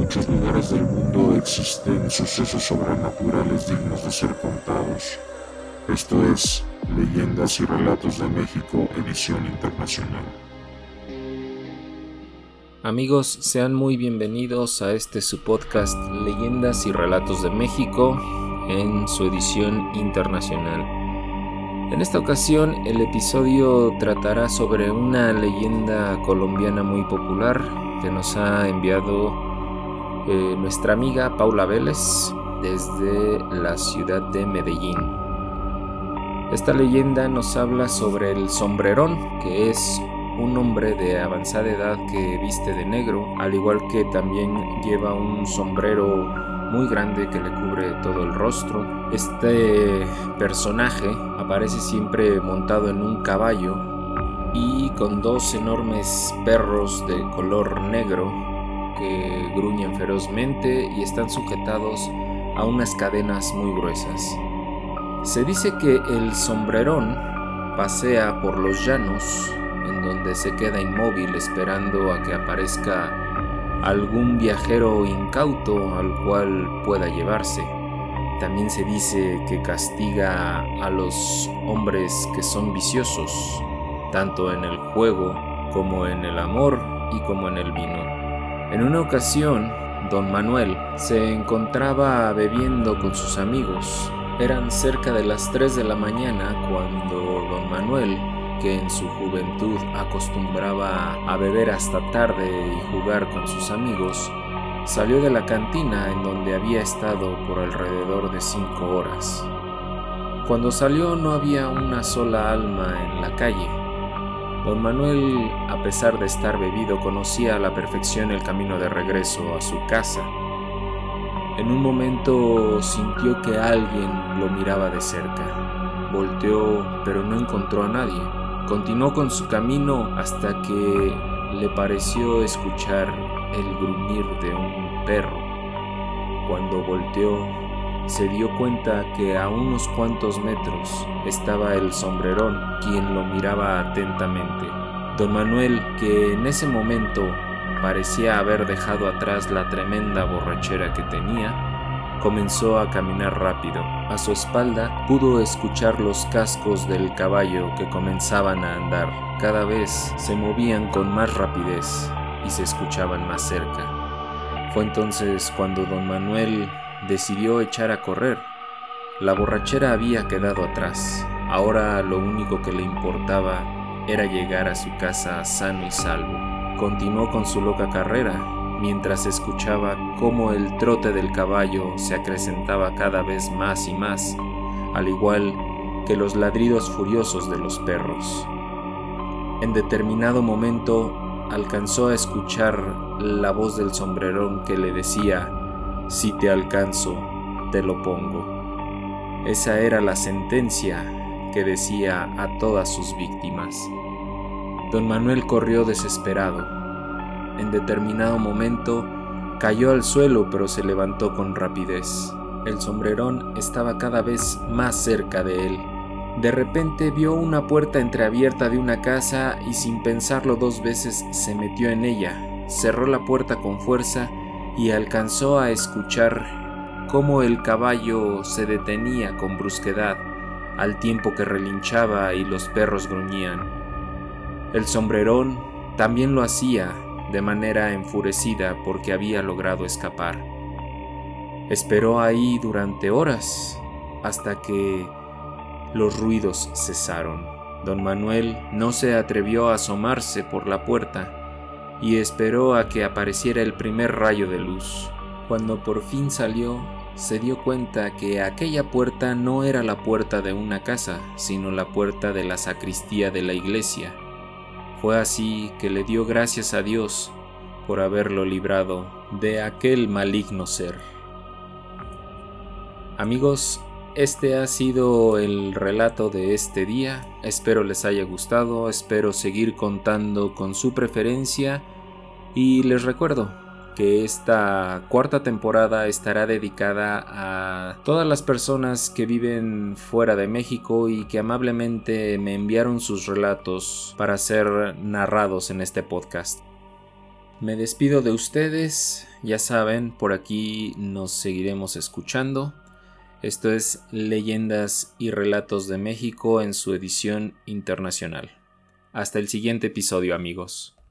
muchos lugares del mundo existen sucesos sobrenaturales dignos de ser contados. Esto es Leyendas y Relatos de México, edición internacional. Amigos, sean muy bienvenidos a su podcast Leyendas y Relatos de México en su edición internacional. En esta ocasión el episodio tratará sobre una leyenda colombiana muy popular que nos ha enviado nuestra amiga Paula Vélez desde la ciudad de Medellín. Esta leyenda nos habla sobre el sombrerón, que es un hombre de avanzada edad que viste de negro, al igual que también lleva un sombrero muy grande que le cubre todo el rostro. Este personaje aparece siempre montado en un caballo y con dos enormes perros de color negro que gruñen ferozmente y están sujetados a unas cadenas muy gruesas. Se dice que el sombrerón pasea por los llanos, en donde se queda inmóvil esperando a que aparezca algún viajero incauto al cual pueda llevarse. También se dice que castiga a los hombres que son viciosos, tanto en el juego como en el amor y como en el vino. En una ocasión, don Manuel se encontraba bebiendo con sus amigos. Eran cerca de las 3 de la mañana cuando don Manuel, que en su juventud acostumbraba a beber hasta tarde y jugar con sus amigos, salió de la cantina en donde había estado por alrededor de 5 horas. Cuando salió no había una sola alma en la calle. Don Manuel, a pesar de estar bebido, conocía a la perfección el camino de regreso a su casa. En un momento sintió que alguien lo miraba de cerca. Volteó, pero no encontró a nadie. Continuó con su camino hasta que le pareció escuchar el gruñir de un perro. Cuando volteó, se dio cuenta que a unos cuantos metros estaba el sombrerón, quien lo miraba atentamente. Don Manuel, que en ese momento parecía haber dejado atrás la tremenda borrachera que tenía, comenzó a caminar rápido. A su espalda pudo escuchar los cascos del caballo que comenzaban a andar. Cada vez se movían con más rapidez y se escuchaban más cerca. Fue entonces cuando don Manuel decidió echar a correr. La borrachera había quedado atrás. Ahora lo único que le importaba era llegar a su casa sano y salvo. Continuó con su loca carrera, mientras escuchaba cómo el trote del caballo se acrecentaba cada vez más y más, al igual que los ladridos furiosos de los perros. En determinado momento alcanzó a escuchar la voz del sombrerón que le decía: «Si te alcanzo, te lo pongo». Esa era la sentencia que decía a todas sus víctimas. Don Manuel corrió desesperado. En determinado momento cayó al suelo, pero se levantó con rapidez. El sombrerón estaba cada vez más cerca de él. De repente vio una puerta entreabierta de una casa y sin pensarlo 2 veces se metió en ella. Cerró la puerta con fuerza y alcanzó a escuchar cómo el caballo se detenía con brusquedad, al tiempo que relinchaba y los perros gruñían. El sombrerón también lo hacía de manera enfurecida porque había logrado escapar. Esperó ahí durante horas hasta que los ruidos cesaron. Don Manuel no se atrevió a asomarse por la puerta y esperó a que apareciera el primer rayo de luz. Cuando por fin salió, se dio cuenta que aquella puerta no era la puerta de una casa, sino la puerta de la sacristía de la iglesia. Fue así que le dio gracias a Dios por haberlo librado de aquel maligno ser. Amigos, este ha sido el relato de este día. Espero les haya gustado, espero seguir contando con su preferencia y les recuerdo que esta 4ª temporada estará dedicada a todas las personas que viven fuera de México y que amablemente me enviaron sus relatos para ser narrados en este podcast. Me despido de ustedes ya saben, por aquí nos seguiremos escuchando. Esto es Leyendas y Relatos de México en su edición internacional. Hasta el siguiente episodio, amigos.